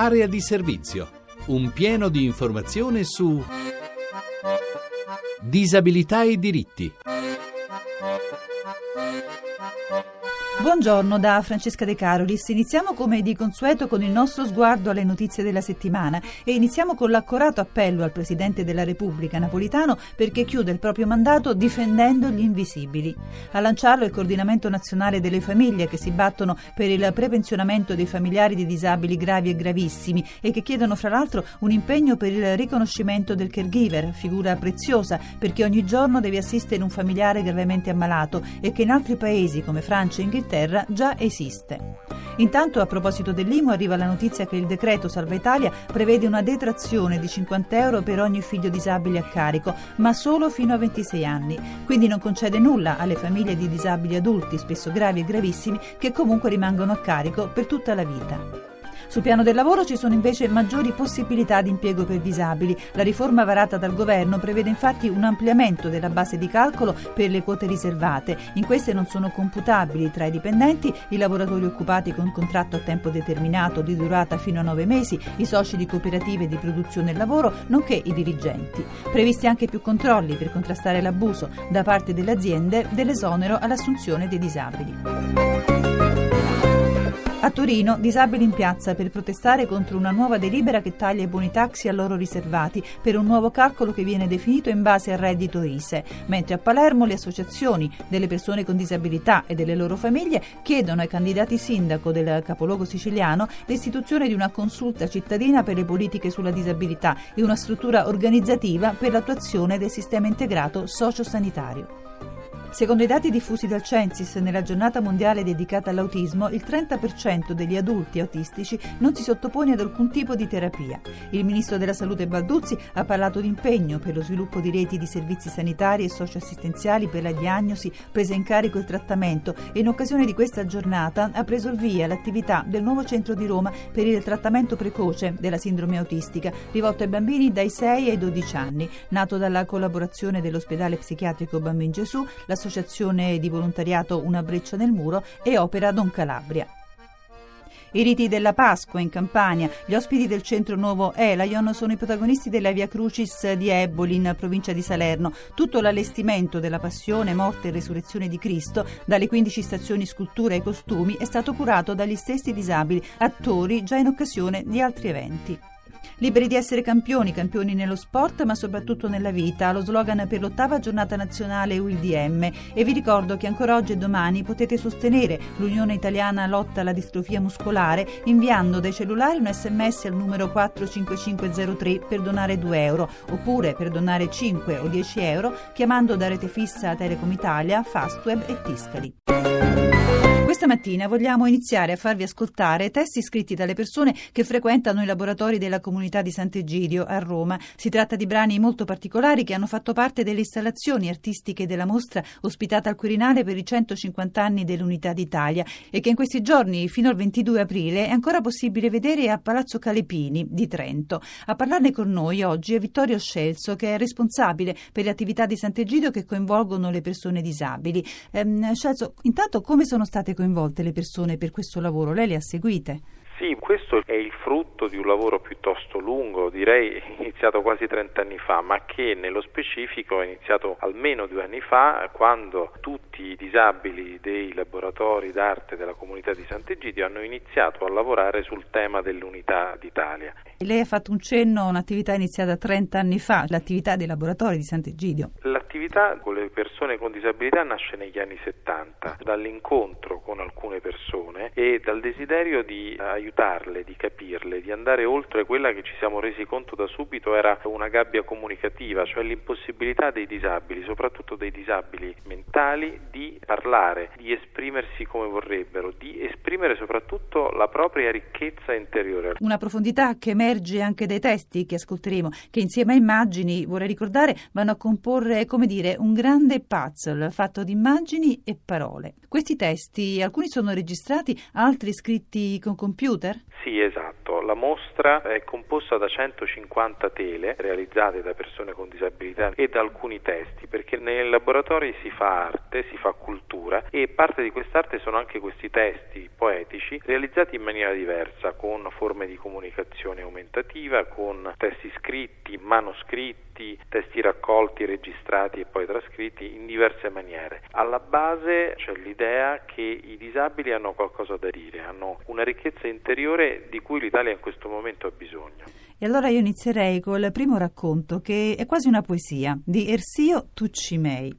Area di servizio. Un pieno di informazione su disabilità e diritti. Buongiorno da Francesca De Carolis. Iniziamo come di consueto con il nostro sguardo alle notizie della settimana e iniziamo con l'accorato appello al Presidente della Repubblica Napolitano perché chiude il proprio mandato difendendo gli invisibili. A lanciarlo il Coordinamento Nazionale delle Famiglie che si battono per il prepensionamento dei familiari di disabili gravi e gravissimi e che chiedono fra l'altro un impegno per il riconoscimento del caregiver, figura preziosa perché ogni giorno deve assistere un familiare gravemente ammalato e che in altri paesi come Francia e Inghilterra già esiste. Intanto, a proposito dell'IMU, arriva la notizia che il decreto Salva Italia prevede una detrazione di 50 euro per ogni figlio disabile a carico, ma solo fino a 26 anni. Quindi non concede nulla alle famiglie di disabili adulti, spesso gravi e gravissimi, che comunque rimangono a carico per tutta la vita. Sul piano del lavoro ci sono invece maggiori possibilità di impiego per disabili. La riforma varata dal governo prevede infatti un ampliamento della base di calcolo per le quote riservate. In queste non sono computabili tra i dipendenti i lavoratori occupati con contratto a tempo determinato di durata fino a 9 mesi, i soci di cooperative di produzione e lavoro, nonché i dirigenti. Previsti anche più controlli per contrastare l'abuso da parte delle aziende dell'esonero all'assunzione dei disabili. A Torino, disabili in piazza per protestare contro una nuova delibera che taglia i buoni taxi a loro riservati per un nuovo calcolo che viene definito in base al reddito ISEE, mentre a Palermo le associazioni delle persone con disabilità e delle loro famiglie chiedono ai candidati sindaco del capoluogo siciliano l'istituzione di una consulta cittadina per le politiche sulla disabilità e una struttura organizzativa per l'attuazione del sistema integrato sociosanitario. Secondo i dati diffusi dal Censis nella giornata mondiale dedicata all'autismo, il 30% degli adulti autistici non si sottopone ad alcun tipo di terapia. Il ministro della Salute Balduzzi ha parlato di impegno per lo sviluppo di reti di servizi sanitari e socioassistenziali per la diagnosi, presa in carico e trattamento e in occasione di questa giornata ha preso il via l'attività del nuovo centro di Roma per il trattamento precoce della sindrome autistica, rivolto ai bambini dai 6 ai 12 anni, nato dalla collaborazione dell'ospedale psichiatrico Bambin Gesù, l'associazione di volontariato Una Breccia nel Muro e Opera Don Calabria. I riti della Pasqua in Campania, gli ospiti del centro nuovo Elaion sono i protagonisti della Via Crucis di Eboli in provincia di Salerno. Tutto l'allestimento della passione, morte e resurrezione di Cristo, dalle 15 stazioni scultura e costumi, è stato curato dagli stessi disabili, attori già in occasione di altri eventi. Liberi di essere campioni nello sport ma soprattutto nella vita, lo slogan per l'8ª giornata nazionale UIDM. E vi ricordo che ancora oggi e domani potete sostenere l'Unione Italiana Lotta alla Distrofia Muscolare inviando dai cellulari un sms al numero 45503 per donare 2 euro oppure per donare 5 o 10 euro chiamando da Rete Fissa Telecom Italia, Fastweb e Tiscali. Questa mattina vogliamo iniziare a farvi ascoltare testi scritti dalle persone che frequentano i laboratori della comunità di Sant'Egidio a Roma. Si tratta di brani molto particolari che hanno fatto parte delle installazioni artistiche della mostra ospitata al Quirinale per i 150 anni dell'Unità d'Italia e che in questi giorni fino al 22 aprile è ancora possibile vedere a Palazzo Calepini di Trento. A parlarne con noi oggi è Vittorio Scelso, che è responsabile per le attività di Sant'Egidio che coinvolgono le persone disabili. Scelso, intanto come sono state coinvolte le persone per questo lavoro? Lei le ha seguite? Sì, questo è il frutto di un lavoro piuttosto lungo, direi iniziato quasi 30 anni fa, ma che nello specifico è iniziato almeno 2 anni fa, quando tutti i disabili dei laboratori d'arte della comunità di Sant'Egidio hanno iniziato a lavorare sul tema dell'Unità d'Italia. Lei ha fatto un cenno a un'attività iniziata 30 anni fa, l'attività dei laboratori di Sant'Egidio. L'attività con le persone con disabilità nasce negli anni 70, dall'incontro con alcune persone e dal desiderio di aiutarle, di capirle, di andare oltre quella che ci siamo resi conto da subito era una gabbia comunicativa, cioè l'impossibilità dei disabili, soprattutto dei disabili mentali, di parlare, di esprimersi come vorrebbero, di esprimere soprattutto la propria ricchezza interiore. Una profondità che emerge anche dai testi che ascolteremo, che insieme a immagini, vorrei ricordare, vanno a comporre, come dire, un grande puzzle fatto di immagini e parole. Questi testi, alcuni sono registrati, altri scritti con computer? Sì, esatto. La mostra è composta da 150 tele realizzate da persone con disabilità e da alcuni testi, perché nei laboratori si fa arte, si fa cultura, e parte di quest'arte sono anche questi testi poetici realizzati in maniera diversa, con forme di comunicazione aumentativa, con testi scritti, manoscritti, testi raccolti, registrati e poi trascritti in diverse maniere. Alla base c'è l'idea che i disabili hanno qualcosa da dire, hanno una ricchezza interiore di cui l'Italia in questo momento ha bisogno. E allora io inizierei col primo racconto, che è quasi una poesia, di Ersio Tucimei.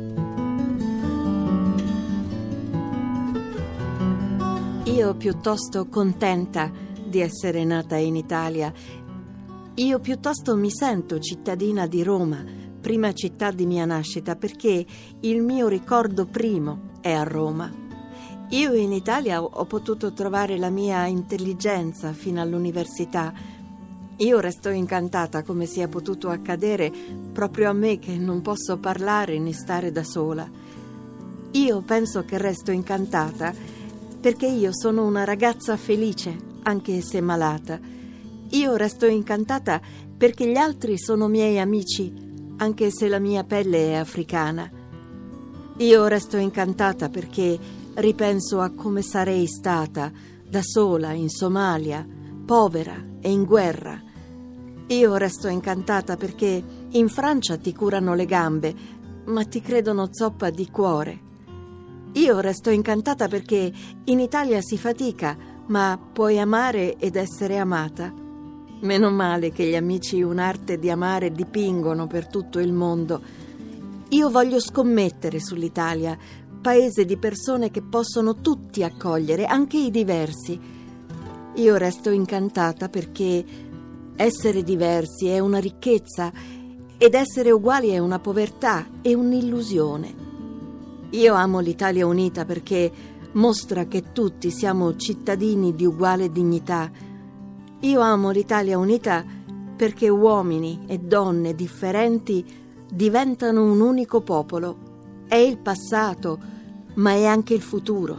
Io piuttosto contenta di essere nata in Italia. Io piuttosto mi sento cittadina di Roma, prima città di mia nascita, perché il mio ricordo primo è a Roma. Io in Italia ho potuto trovare la mia intelligenza fino all'università. Io resto incantata come sia potuto accadere proprio a me, che non posso parlare né stare da sola. Io penso che resto incantata perché io sono una ragazza felice, anche se malata. Io resto incantata perché gli altri sono miei amici, anche se la mia pelle è africana. Io resto incantata perché ripenso a come sarei stata da sola in Somalia, povera e in guerra. Io resto incantata perché in Francia ti curano le gambe, ma ti credono zoppa di cuore. Io resto incantata perché in Italia si fatica, ma puoi amare ed essere amata. Meno male che gli amici un'arte di amare dipingono per tutto il mondo. Io voglio scommettere sull'Italia, paese di persone che possono tutti accogliere, anche i diversi. Io resto incantata perché essere diversi è una ricchezza ed essere uguali è una povertà e un'illusione. Io amo l'Italia unita perché mostra che tutti siamo cittadini di uguale dignità. Io amo l'Italia unita perché uomini e donne differenti diventano un unico popolo. È il passato, ma è anche il futuro.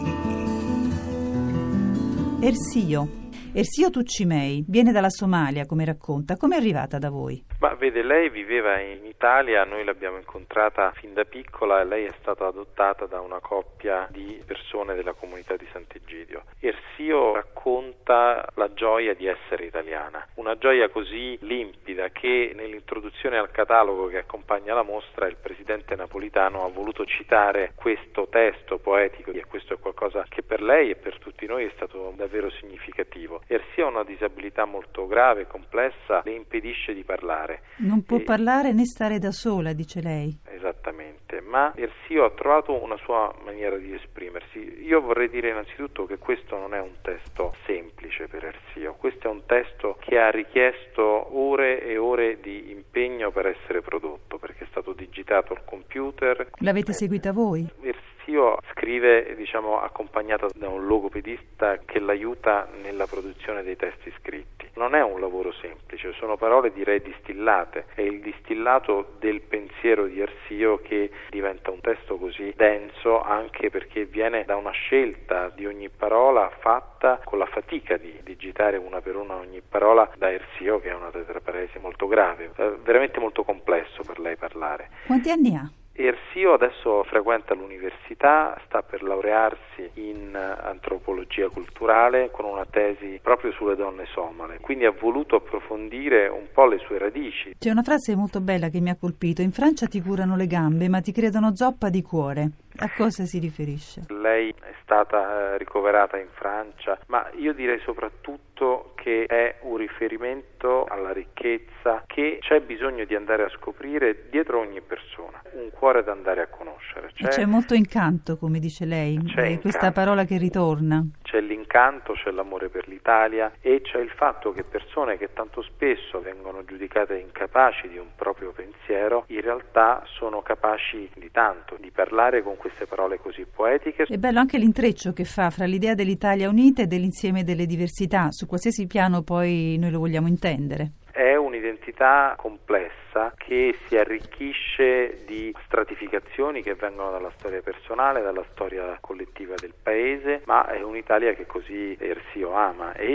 Ersio Tucimei viene dalla Somalia, come racconta. Come è arrivata da voi? Ma vede, lei viveva in Italia, noi l'abbiamo incontrata fin da piccola e lei è stata adottata da una coppia di persone della comunità di Sant'Egidio. Ersio racconta la gioia di essere italiana, una gioia così limpida che nell'introduzione al catalogo che accompagna la mostra il presidente Napolitano ha voluto citare questo testo poetico, e questo è qualcosa che per lei e per tutti noi è stato davvero significativo. Ersio ha una disabilità molto grave e complessa, le impedisce di parlare. Non può parlare né stare da sola, dice lei. Esattamente, ma Ersio ha trovato una sua maniera di esprimersi. Io vorrei dire innanzitutto che questo non è un testo semplice per Ersio, questo è un testo che ha richiesto ore e ore di impegno per essere prodotto, perché è stato digitato al computer. L'avete seguita voi? Ersio scrive, accompagnata da un logopedista che l'aiuta nella produzione dei testi scritti. Non è un lavoro semplice, sono parole direi distillate, è il distillato del pensiero di Ersio che diventa un testo così denso, anche perché viene da una scelta di ogni parola fatta con la fatica di digitare una per una ogni parola da Ersio, che è una tetraparesi molto grave, veramente molto complesso per lei parlare. Quanti anni ha? Ersio adesso frequenta l'università, sta per laurearsi in antropologia culturale con una tesi proprio sulle donne somale, quindi ha voluto approfondire un po' le sue radici. C'è una frase molto bella che mi ha colpito: in Francia ti curano le gambe ma ti credono zoppa di cuore. A cosa si riferisce? Lei è stata ricoverata in Francia, ma io direi soprattutto che è un riferimento alla ricchezza che c'è bisogno di andare a scoprire dietro ogni persona, un cuore da andare a conoscere. C'è molto incanto, come dice lei, è questa parola che ritorna. C'è l'incanto, c'è l'amore per l'Italia e c'è il fatto che persone che tanto spesso vengono giudicate incapaci di un proprio pensiero, in realtà sono capaci di tanto, di parlare con queste parole così poetiche. È bello anche l'intreccio che fa fra l'idea dell'Italia unita e dell'insieme delle diversità, su qualsiasi piano poi noi lo vogliamo intendere. È un'identità complessa che si arricchisce di stratificazioni che vengono dalla storia personale, dalla storia collettiva del paese, ma è un'Italia che così Ersio ama e in qualche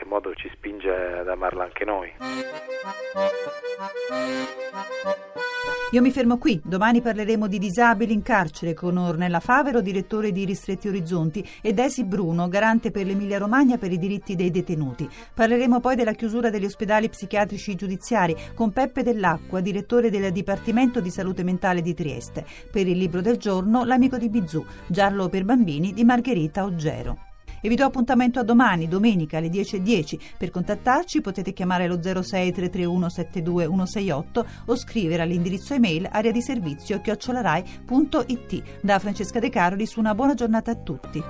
qualche modo ci spinge ad amarla anche noi. Io mi fermo qui, domani parleremo di disabili in carcere con Ornella Favero, direttore di Ristretti Orizzonti, e Desi Bruno, garante per l'Emilia Romagna per i diritti dei detenuti. Parleremo poi della chiusura degli ospedali psichiatrici giudiziari con Peppe Dell'Acqua, direttore del Dipartimento di Salute Mentale di Trieste. Per il libro del giorno, L'amico di Bizù, giallo per bambini di Margherita Oggero. E vi do appuntamento a domani, domenica alle 10:10. Per contattarci potete chiamare lo 06 331 72 168 o scrivere all'indirizzo email ariadiservizio@rai.it. Da Francesca De Carolis una buona giornata a tutti.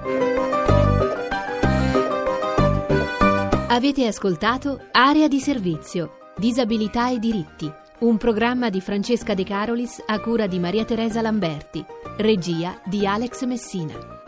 Avete ascoltato Area di Servizio, Disabilità e diritti, un programma di Francesca De Carolis a cura di Maria Teresa Lamberti, regia di Alex Messina.